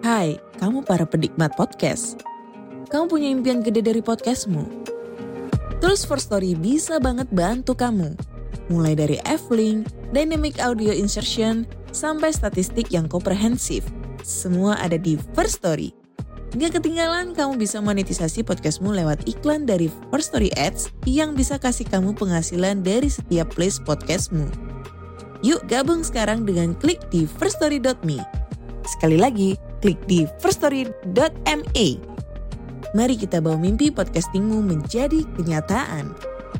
Hai, kamu para penikmat podcast. Kamu punya impian gede dari podcastmu? Tools for Story bisa banget bantu kamu. Mulai dari F-Link, Dynamic Audio Insertion, sampai statistik yang komprehensif. Semua ada di First Story. Gak ketinggalan kamu bisa monetisasi podcastmu lewat iklan dari First Story Ads yang bisa kasih kamu penghasilan dari setiap place podcastmu. Yuk gabung sekarang dengan klik di firststory.me. Sekali lagi, klik di firststory.me. Mari kita bawa mimpi podcastingmu menjadi kenyataan.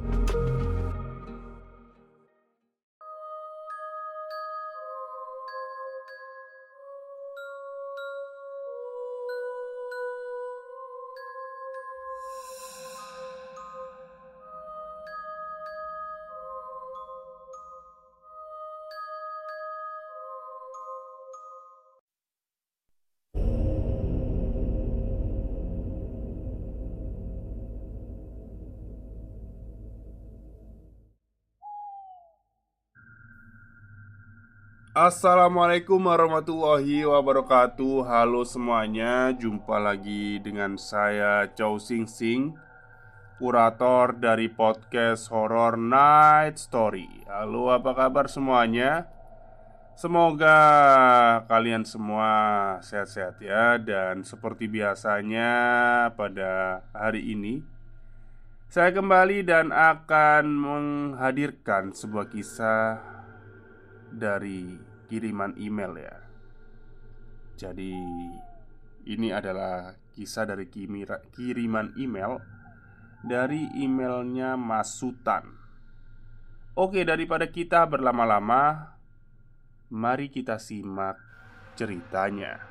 Assalamualaikum warahmatullahi wabarakatuh. Halo semuanya, jumpa lagi dengan saya Chow Sing Sing, kurator dari podcast Horror Night Story. Halo, apa kabar semuanya? Semoga kalian semua sehat-sehat ya. Dan seperti biasanya pada hari ini saya kembali dan akan menghadirkan sebuah kisah dari kiriman email ya. Jadi ini adalah kisah dari kiriman email dari emailnya Mas Sutan. Oke, daripada kita berlama-lama, mari kita simak ceritanya.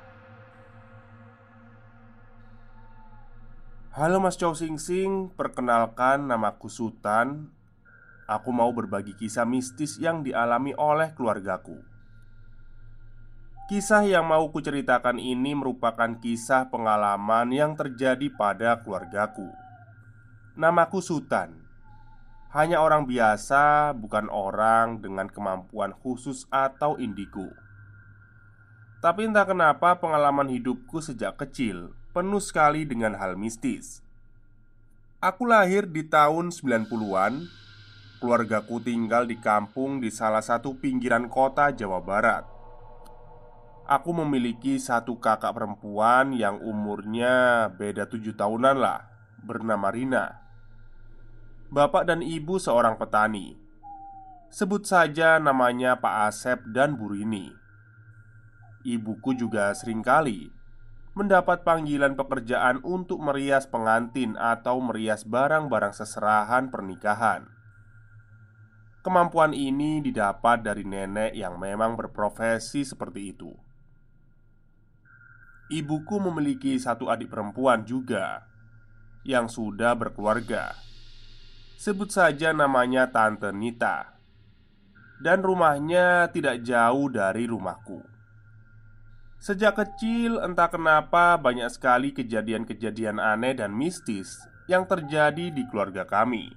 Halo Mas Chow Sing Sing, perkenalkan namaku Sutan. Aku mau berbagi kisah mistis yang dialami oleh keluargaku. Kisah yang mau kuceritakan ini merupakan kisah pengalaman yang terjadi pada keluargaku. Namaku Sutan. Hanya orang biasa, bukan orang dengan kemampuan khusus atau indigo. Tapi entah kenapa pengalaman hidupku sejak kecil penuh sekali dengan hal mistis. Aku lahir di tahun 90-an. Keluargaku tinggal di kampung di salah satu pinggiran kota Jawa Barat. Aku memiliki satu kakak perempuan yang umurnya beda 7 tahunan lah, bernama Rina. Bapak dan ibu seorang petani. Sebut saja namanya Pak Asep dan Bu Rini. Ibuku juga seringkali mendapat panggilan pekerjaan untuk merias pengantin atau merias barang-barang seserahan pernikahan. Kemampuan ini didapat dari nenek yang memang berprofesi seperti itu. Ibuku memiliki satu adik perempuan juga yang sudah berkeluarga. Sebut saja namanya Tante Nita. Dan rumahnya tidak jauh dari rumahku. Sejak kecil entah kenapa banyak sekali kejadian-kejadian aneh dan mistis yang terjadi di keluarga kami.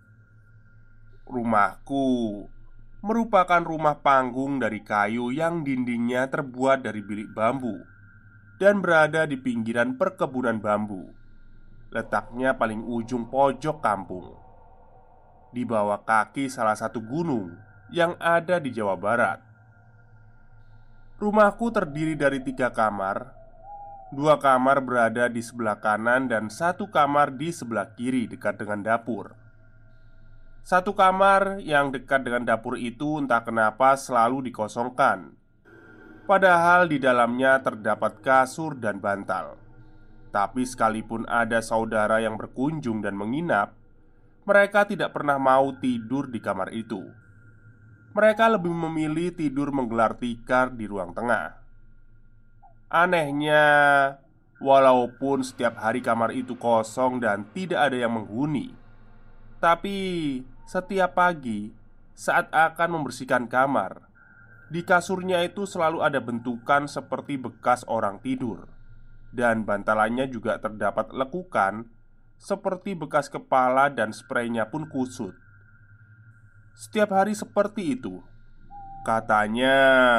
Rumahku merupakan rumah panggung dari kayu yang dindingnya terbuat dari bilik bambu dan berada di pinggiran perkebunan bambu. Letaknya paling ujung pojok kampung, di bawah kaki salah satu gunung yang ada di Jawa Barat. Rumahku terdiri dari 3 kamar. 2 kamar berada di sebelah kanan dan 1 kamar di sebelah kiri dekat dengan dapur. 1 kamar yang dekat dengan dapur itu entah kenapa selalu dikosongkan. Padahal di dalamnya terdapat kasur dan bantal. Tapi sekalipun ada saudara yang berkunjung dan menginap, mereka tidak pernah mau tidur di kamar itu. Mereka lebih memilih tidur menggelar tikar di ruang tengah. Anehnya, walaupun setiap hari kamar itu kosong dan tidak ada yang menghuni, tapi setiap pagi saat akan membersihkan kamar, di kasurnya itu selalu ada bentukan seperti bekas orang tidur. Dan bantalannya juga terdapat lekukan seperti bekas kepala dan spraynya pun kusut. Setiap hari seperti itu. Katanya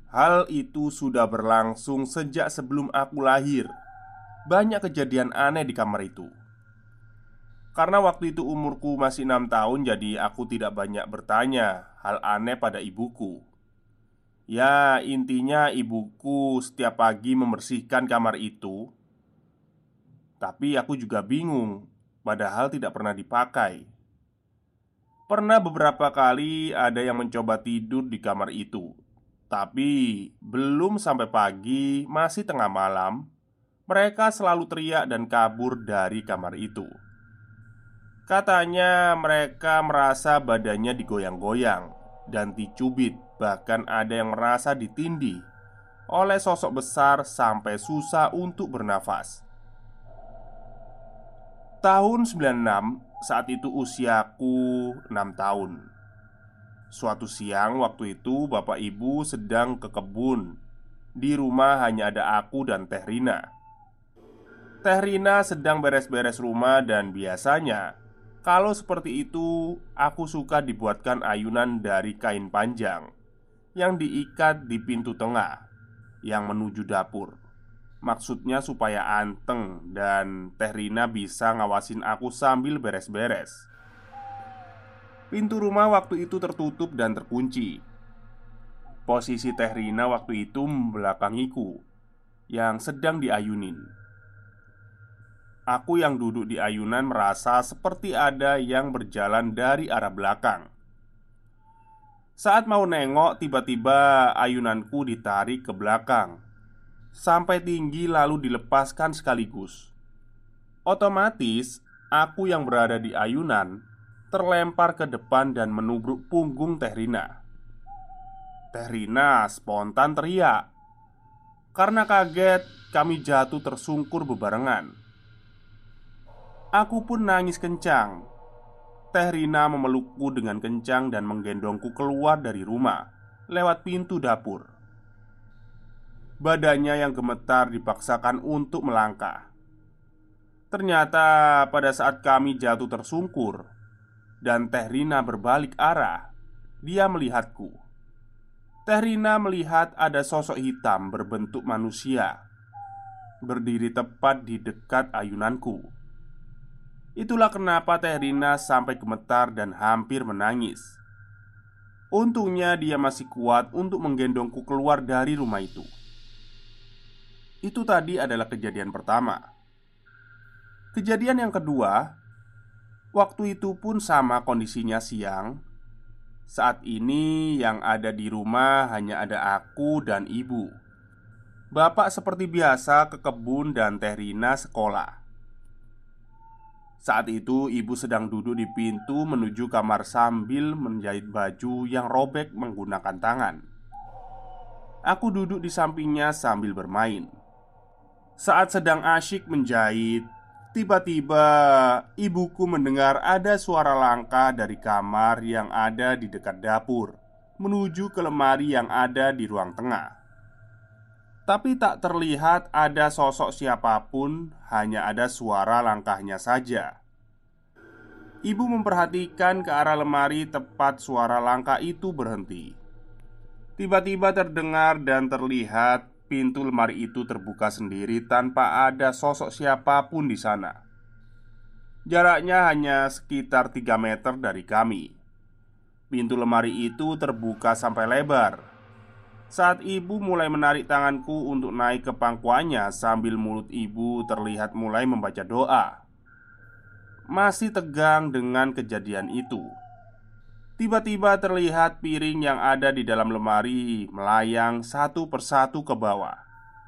Hal itu sudah berlangsung sejak sebelum aku lahir. Banyak kejadian aneh di kamar itu. Karena waktu itu umurku masih 6 tahun, jadi aku tidak banyak bertanya hal aneh pada ibuku. Ya, intinya ibuku setiap pagi membersihkan kamar itu. Tapi aku juga bingung, padahal tidak pernah dipakai. Pernah beberapa kali ada yang mencoba tidur di kamar itu. Tapi belum sampai pagi, masih tengah malam, mereka selalu teriak dan kabur dari kamar itu. Katanya mereka merasa badannya digoyang-goyang dan dicubit. Bahkan ada yang merasa ditindih oleh sosok besar sampai susah untuk bernafas. Tahun 96, saat itu usiaku 6 tahun. Suatu siang waktu itu bapak ibu sedang ke kebun. Di rumah hanya ada aku dan Teh Rina. Teh Rina sedang beres-beres rumah dan biasanya kalau seperti itu aku suka dibuatkan ayunan dari kain panjang yang diikat di pintu tengah yang menuju dapur. Maksudnya supaya anteng dan Teh Rina bisa ngawasin aku sambil beres-beres. Pintu rumah waktu itu tertutup dan terkunci. Posisi Teh Rina waktu itu membelakangiku yang sedang diayunin. Aku yang duduk di ayunan merasa seperti ada yang berjalan dari arah belakang. Saat mau nengok, tiba-tiba ayunanku ditarik ke belakang sampai tinggi lalu dilepaskan sekaligus. Otomatis, aku yang berada di ayunan terlempar ke depan dan menubruk punggung Teh Rina. Teh Rina spontan teriak. Karena kaget, kami jatuh tersungkur bebarengan. Aku pun nangis kencang. Teh Rina memelukku dengan kencang dan menggendongku keluar dari rumah lewat pintu dapur. Badannya yang gemetar dipaksakan untuk melangkah. Ternyata pada saat kami jatuh tersungkur dan Teh Rina berbalik arah, dia melihatku. Teh Rina melihat ada sosok hitam berbentuk manusia berdiri tepat di dekat ayunanku. Itulah kenapa Teh Rina sampai gemetar dan hampir menangis. Untungnya dia masih kuat untuk menggendongku keluar dari rumah itu. Itu tadi adalah kejadian pertama. Kejadian yang kedua, waktu itu pun sama kondisinya siang. Saat ini yang ada di rumah hanya ada aku dan ibu. Bapak seperti biasa ke kebun dan Teh Rina sekolah. Saat itu ibu sedang duduk di pintu menuju kamar sambil menjahit baju yang robek menggunakan tangan. Aku duduk di sampingnya sambil bermain. Saat sedang asyik menjahit, tiba-tiba ibuku mendengar ada suara langkah dari kamar yang ada di dekat dapur menuju ke lemari yang ada di ruang tengah. Tapi tak terlihat ada sosok siapapun, hanya ada suara langkahnya saja. Ibu memperhatikan ke arah lemari tepat suara langkah itu berhenti. Tiba-tiba terdengar dan terlihat pintu lemari itu terbuka sendiri tanpa ada sosok siapapun di sana. Jaraknya hanya sekitar 3 meter dari kami. Pintu lemari itu terbuka sampai lebar. Saat ibu mulai menarik tanganku untuk naik ke pangkuannya, sambil mulut ibu terlihat mulai membaca doa. Masih tegang dengan kejadian itu, tiba-tiba terlihat piring yang ada di dalam lemari melayang satu persatu ke bawah.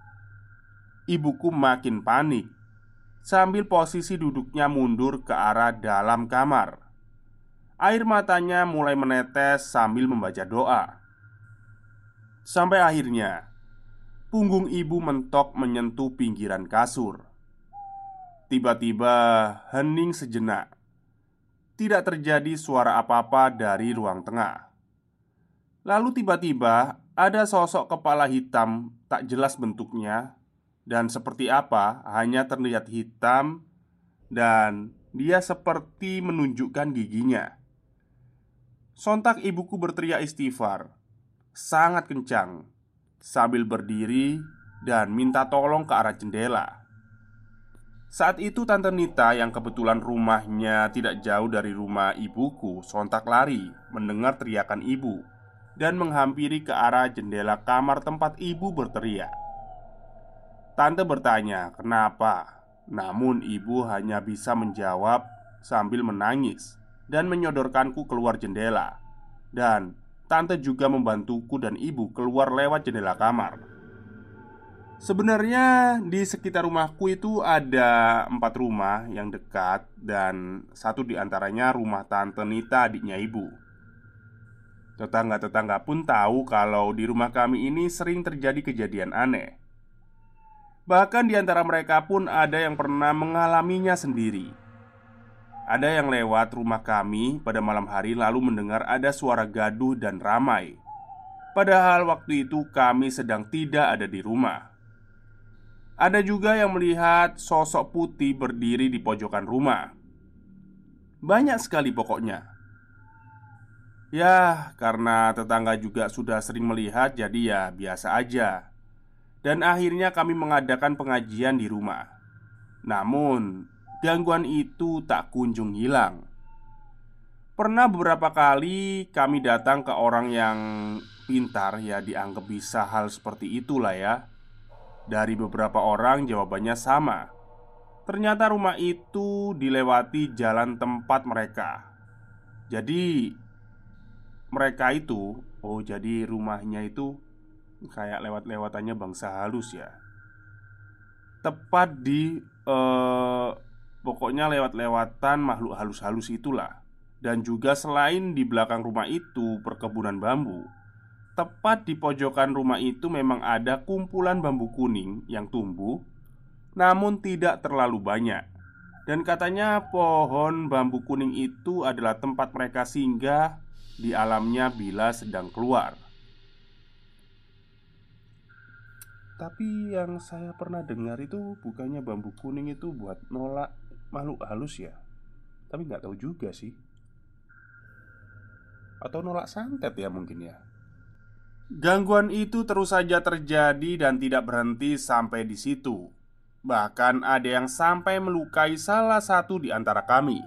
Ibuku makin panik sambil posisi duduknya mundur ke arah dalam kamar. Air matanya mulai menetes sambil membaca doa. Sampai akhirnya punggung ibu mentok menyentuh pinggiran kasur. Tiba-tiba hening sejenak. Tidak terjadi suara apa-apa dari ruang tengah. Lalu tiba-tiba ada sosok kepala hitam tak jelas bentuknya dan seperti apa, hanya terlihat hitam dan dia seperti menunjukkan giginya. Sontak ibuku berteriak istighfar sangat kencang. sambil berdiri dan minta tolong ke arah jendela. Saat itu Tante Nita yang kebetulan rumahnya tidak jauh dari rumah ibuku sontak lari mendengar teriakan ibu dan menghampiri ke arah jendela kamar tempat ibu berteriak. Tante bertanya kenapa, namun ibu hanya bisa menjawab sambil menangis dan menyodorkanku keluar jendela. Dan tante juga membantuku dan ibu keluar lewat jendela kamar. Sebenarnya di sekitar rumahku itu ada 4 rumah yang dekat. Dan satu di antaranya rumah Tante Nita, adiknya ibu. Tetangga-tetangga pun tahu kalau di rumah kami ini sering terjadi kejadian aneh. Bahkan di antara mereka pun ada yang pernah mengalaminya sendiri. Ada yang lewat rumah kami pada malam hari lalu mendengar ada suara gaduh dan ramai. Padahal waktu itu kami sedang tidak ada di rumah. Ada juga yang melihat sosok putih berdiri di pojokan rumah. Banyak sekali pokoknya. Ya, karena tetangga juga sudah sering melihat, jadi ya biasa aja. Dan akhirnya kami mengadakan pengajian di rumah. Namun, gangguan itu tak kunjung hilang. Pernah beberapa kali kami datang ke orang yang pintar, ya dianggap bisa hal seperti itulah ya. Dari beberapa orang jawabannya sama. Ternyata rumah itu dilewati jalan tempat mereka. Jadi mereka itu, jadi rumahnya itu kayak lewat-lewatannya bangsa halus ya. Tepat di pokoknya lewat-lewatan makhluk halus-halus itulah. Dan juga selain di belakang rumah itu perkebunan bambu. Tepat di pojokan rumah itu memang ada kumpulan bambu kuning yang tumbuh, namun tidak terlalu banyak. Dan katanya pohon bambu kuning itu adalah tempat mereka singgah di alamnya bila sedang keluar. Tapi yang saya pernah dengar itu bukannya bambu kuning itu buat nolak makhluk halus ya. Tapi nggak tahu juga sih. Atau nolak santet ya mungkin ya. Gangguan itu terus saja terjadi dan tidak berhenti sampai di situ. Bahkan ada yang sampai melukai salah satu di antara kami.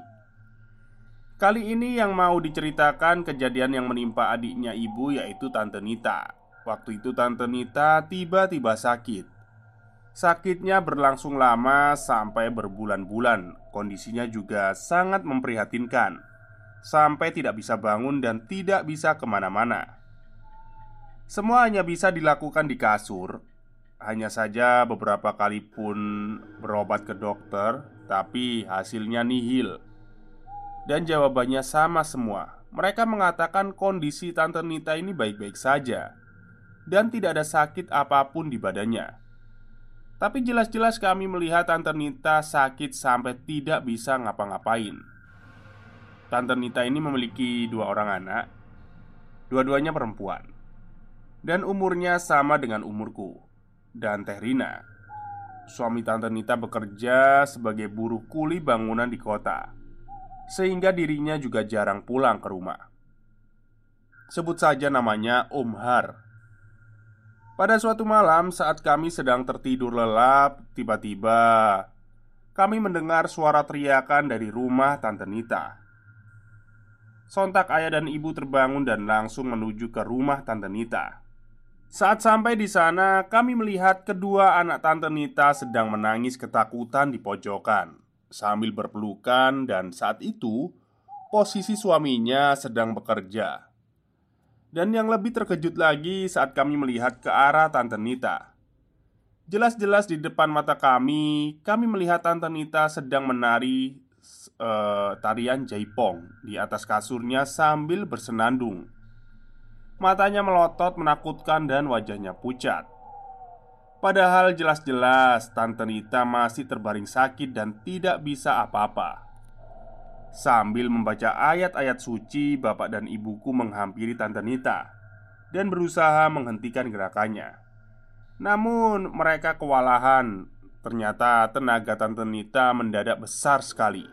Kali ini yang mau diceritakan kejadian yang menimpa adiknya ibu, yaitu Tante Nita. Waktu itu Tante Nita tiba-tiba sakit. Sakitnya berlangsung lama sampai berbulan-bulan. Kondisinya juga sangat memprihatinkan. Sampai tidak bisa bangun dan tidak bisa kemana-mana. Semua hanya bisa dilakukan di kasur. Hanya saja beberapa kali pun berobat ke dokter, tapi hasilnya nihil. Dan jawabannya sama semua. Mereka mengatakan kondisi Tante Nita ini baik-baik saja dan tidak ada sakit apapun di badannya. Tapi jelas-jelas kami melihat Tante Nita sakit sampai tidak bisa ngapa-ngapain. Tante Nita ini memiliki 2 orang anak. Dua-duanya perempuan. Dan umurnya sama dengan umurku dan Teh Rina. Suami Tante Nita bekerja sebagai buruh kuli bangunan di kota, sehingga dirinya juga jarang pulang ke rumah. Sebut saja namanya Om Har. Pada suatu malam saat kami sedang tertidur lelap, tiba-tiba kami mendengar suara teriakan dari rumah Tante Nita. Sontak ayah dan ibu terbangun dan langsung menuju ke rumah Tante Nita. Saat sampai di sana, kami melihat kedua anak Tante Nita sedang menangis ketakutan di pojokan sambil berpelukan, dan saat itu posisi suaminya sedang bekerja. Dan yang lebih terkejut lagi saat kami melihat ke arah Tante Nita. Jelas-jelas di depan mata kami melihat Tante Nita sedang menari tarian jaipong di atas kasurnya sambil bersenandung. Matanya melotot menakutkan dan wajahnya pucat. Padahal jelas-jelas Tante Nita masih terbaring sakit dan tidak bisa apa-apa. Sambil membaca ayat-ayat suci, bapak dan ibuku menghampiri Tante Nita dan berusaha menghentikan gerakannya. Namun mereka kewalahan. Ternyata tenaga Tante Nita mendadak besar sekali.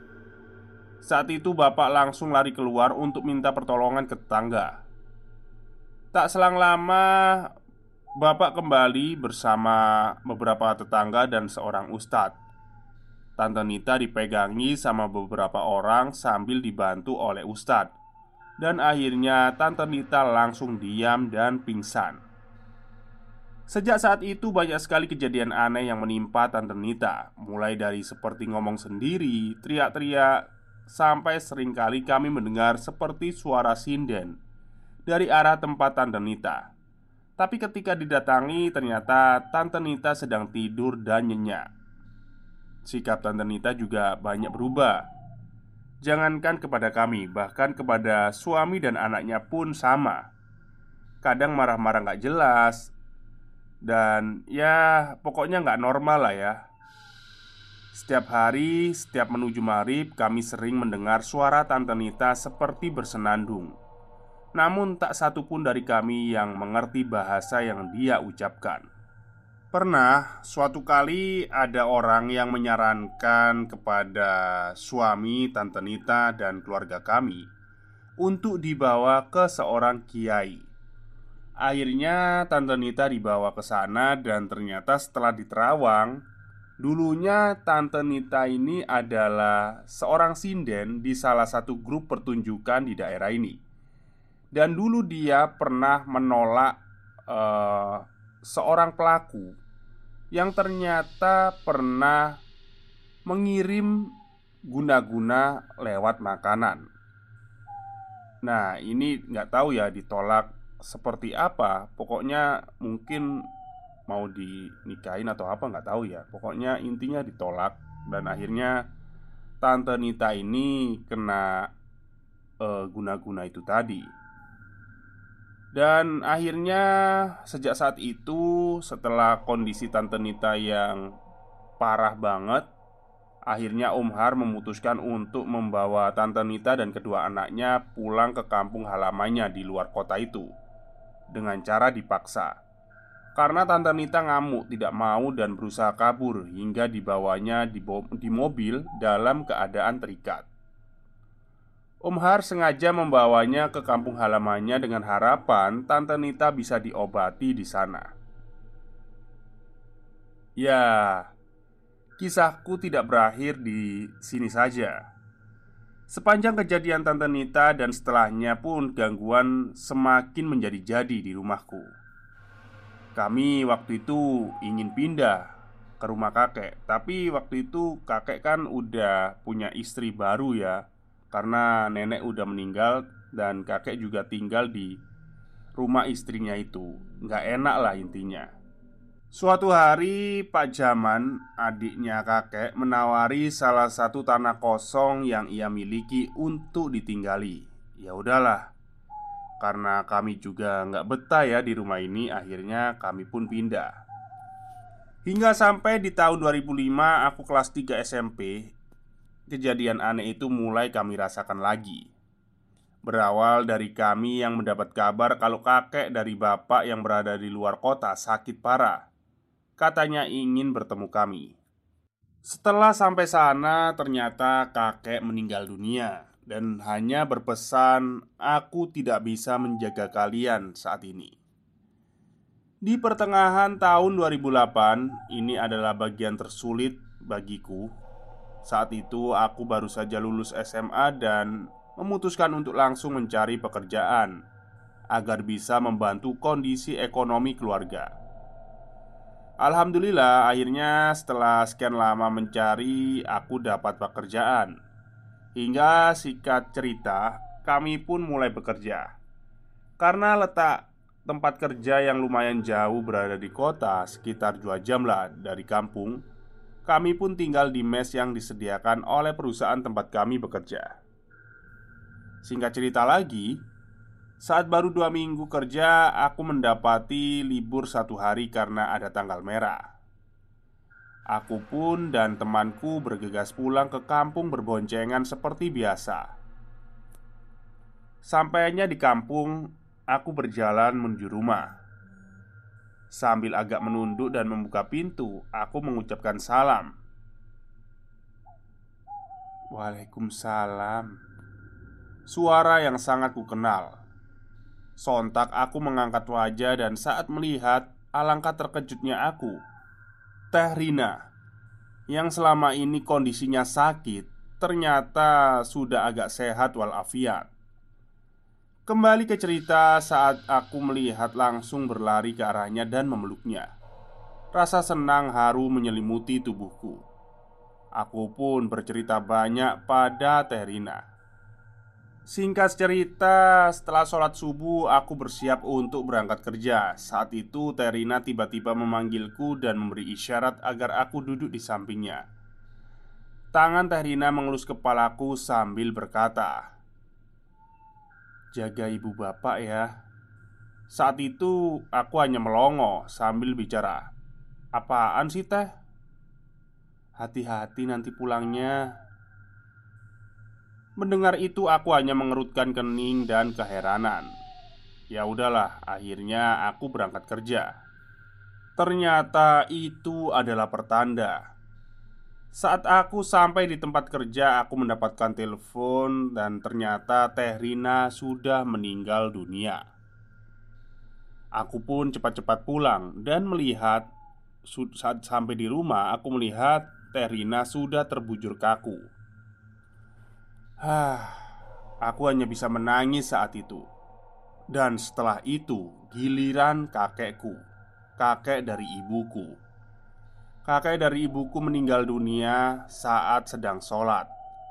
Saat itu bapak langsung lari keluar untuk minta pertolongan ke tetangga. Tak selang lama Bapak kembali bersama beberapa tetangga dan seorang ustadz. Tante Nita dipegangi sama beberapa orang sambil dibantu oleh ustadz. Dan akhirnya Tante Nita langsung diam dan pingsan. Sejak saat itu banyak sekali kejadian aneh yang menimpa Tante Nita. Mulai dari seperti ngomong sendiri, teriak-teriak, sampai seringkali kami mendengar seperti suara sinden dari arah tempat Tante Nita. Tapi ketika didatangi, ternyata Tante Nita sedang tidur dan nyenyak. Sikap Tante Nita juga banyak berubah. Jangankan kepada kami, bahkan kepada suami dan anaknya pun sama. Kadang marah-marah gak jelas. Dan ya pokoknya gak normal lah ya. Setiap hari, setiap menuju maghrib, kami sering mendengar suara Tante Nita seperti bersenandung. Namun tak satu pun dari kami yang mengerti bahasa yang dia ucapkan. Pernah suatu kali ada orang yang menyarankan kepada suami Tante Nita dan keluarga kami untuk dibawa ke seorang kiai. Akhirnya Tante Nita dibawa ke sana dan ternyata setelah diterawang, dulunya Tante Nita ini adalah seorang sinden di salah satu grup pertunjukan di daerah ini. Dan dulu dia pernah menolak seorang pelaku yang ternyata pernah mengirim guna-guna lewat makanan. Nah ini nggak tahu ya ditolak seperti apa. Pokoknya mungkin mau dinikahin atau apa nggak tahu ya. Pokoknya intinya ditolak. Dan akhirnya Tante Nita ini kena guna-guna itu tadi. Dan akhirnya sejak saat itu, setelah kondisi Tante Nita yang parah banget, akhirnya Om Har memutuskan untuk membawa Tante Nita dan kedua anaknya pulang ke kampung halamannya di luar kota itu dengan cara dipaksa. Karena Tante Nita ngamuk, tidak mau dan berusaha kabur hingga dibawanya di mobil dalam keadaan terikat. Om Har sengaja membawanya ke kampung halamannya dengan harapan Tante Nita bisa diobati di sana. Ya, kisahku tidak berakhir di sini saja. Sepanjang kejadian Tante Nita dan setelahnya pun gangguan semakin menjadi-jadi di rumahku. Kami waktu itu ingin pindah ke rumah kakek, tapi waktu itu kakek kan udah punya istri baru ya. Karena nenek udah meninggal dan kakek juga tinggal di rumah istrinya itu. Nggak enak lah intinya. Suatu hari Pak Jaman, adiknya kakek, menawari salah satu tanah kosong yang ia miliki untuk ditinggali. Ya udahlah, karena kami juga nggak betah ya di rumah ini, akhirnya kami pun pindah. Hingga sampai di tahun 2005 aku kelas 3 SMP, kejadian aneh itu mulai kami rasakan lagi. Berawal dari kami yang mendapat kabar kalau kakek dari bapak yang berada di luar kota sakit parah. Katanya ingin bertemu kami. Setelah sampai sana, ternyata kakek meninggal dunia dan hanya berpesan, "Aku tidak bisa menjaga kalian saat ini." Di pertengahan tahun 2008, ini adalah bagian tersulit bagiku. Saat itu aku baru saja lulus SMA dan memutuskan untuk langsung mencari pekerjaan agar bisa membantu kondisi ekonomi keluarga. Alhamdulillah, akhirnya setelah sekian lama mencari, aku dapat pekerjaan. Hingga singkat cerita, kami pun mulai bekerja. Karena letak tempat kerja yang lumayan jauh berada di kota, sekitar 2 jam lah dari kampung, kami pun tinggal di mes yang disediakan oleh perusahaan tempat kami bekerja. Singkat cerita lagi, saat baru 2 minggu kerja, aku mendapati libur 1 hari karena ada tanggal merah. Aku pun dan temanku bergegas pulang ke kampung berboncengan seperti biasa. Sampainya di kampung, aku berjalan menuju rumah. Sambil agak menunduk dan membuka pintu, aku mengucapkan salam. Waalaikumsalam. Suara yang sangat kukenal. Sontak aku mengangkat wajah dan saat melihat, alangkah terkejutnya aku. Teh Rina yang selama ini kondisinya sakit ternyata sudah agak sehat walafiat. Kembali ke cerita, saat aku melihat langsung berlari ke arahnya dan memeluknya. Rasa senang haru menyelimuti tubuhku. Aku pun bercerita banyak pada Teh Rina. Singkat cerita, setelah sholat subuh, aku bersiap untuk berangkat kerja. Saat itu, Teh Rina tiba-tiba memanggilku dan memberi isyarat agar aku duduk di sampingnya. Tangan Teh Rina mengelus kepalaku sambil berkata, "Jaga ibu bapak ya." Saat itu, aku hanya melongo sambil bicara, "Apaan sih, Teh?" "Hati-hati nanti pulangnya." Mendengar itu aku hanya mengerutkan kening dan keheranan. Ya udahlah, akhirnya aku berangkat kerja. Ternyata itu adalah pertanda. Saat aku sampai di tempat kerja, aku mendapatkan telepon dan ternyata Teh Rina sudah meninggal dunia. Aku pun cepat-cepat pulang dan melihat saat sampai di rumah, aku melihat Teh Rina sudah terbujur kaku. Aku hanya bisa menangis saat itu. Dan setelah itu, giliran kakekku, kakek dari ibuku. Kakek dari ibuku meninggal dunia saat sedang sholat.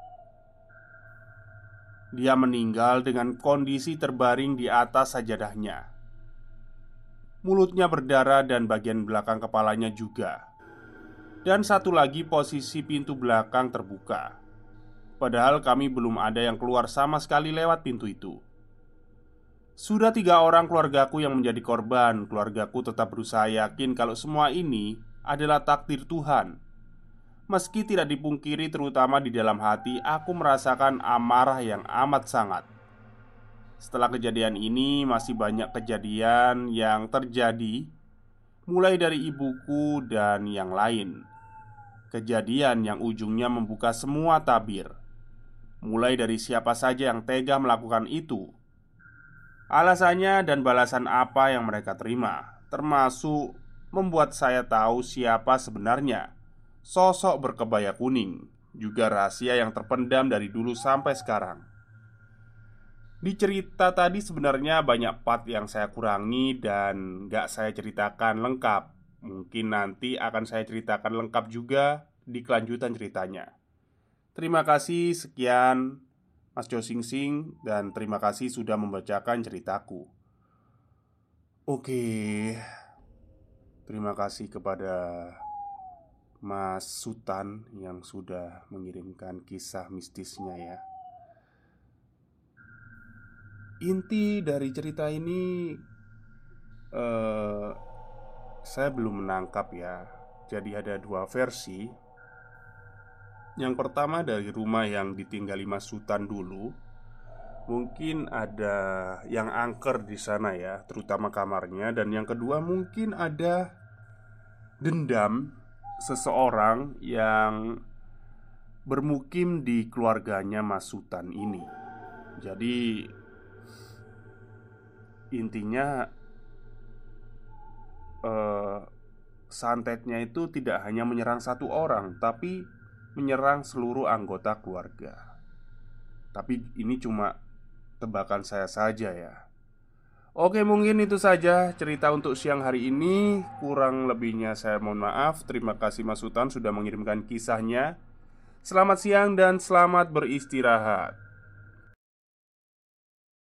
Dia meninggal dengan kondisi terbaring di atas sajadahnya. Mulutnya berdarah dan bagian belakang kepalanya juga. Dan satu lagi posisi pintu belakang terbuka. Padahal kami belum ada yang keluar sama sekali lewat pintu itu. Sudah 3 orang keluargaku yang menjadi korban. Keluargaku tetap berusaha yakin kalau semua ini adalah takdir Tuhan. Meski tidak dipungkiri, terutama di dalam hati, aku merasakan amarah yang amat sangat. Setelah kejadian ini, masih banyak kejadian yang terjadi, mulai dari ibuku dan yang lain. Kejadian yang ujungnya membuka semua tabir. Mulai dari siapa saja yang tega melakukan itu, alasannya dan balasan apa yang mereka terima, termasuk membuat saya tahu siapa sebenarnya sosok berkebaya kuning. Juga rahasia yang terpendam dari dulu sampai sekarang. Di cerita tadi sebenarnya banyak part yang saya kurangi dan gak saya ceritakan lengkap. Mungkin nanti akan saya ceritakan lengkap juga di kelanjutan ceritanya. Terima kasih, sekian Mas Jo Sing Sing, dan terima kasih sudah membacakan ceritaku. Oke, terima kasih kepada Mas Sutan yang sudah mengirimkan kisah mistisnya ya. Inti dari cerita ini saya belum menangkap ya. Jadi ada 2 versi. Yang pertama dari rumah yang ditinggali Mas Sutan dulu. Mungkin ada yang angker di sana ya, terutama kamarnya. Dan yang kedua mungkin ada dendam seseorang yang bermukim di keluarganya Mas Sutan ini. Jadi intinya santetnya itu tidak hanya menyerang satu orang, tapi menyerang seluruh anggota keluarga. Tapi ini cuma tebakan saya saja ya. Oke, mungkin itu saja cerita untuk siang hari ini. Kurang lebihnya saya mohon maaf. Terima kasih Mas Sultan sudah mengirimkan kisahnya. Selamat siang dan selamat beristirahat.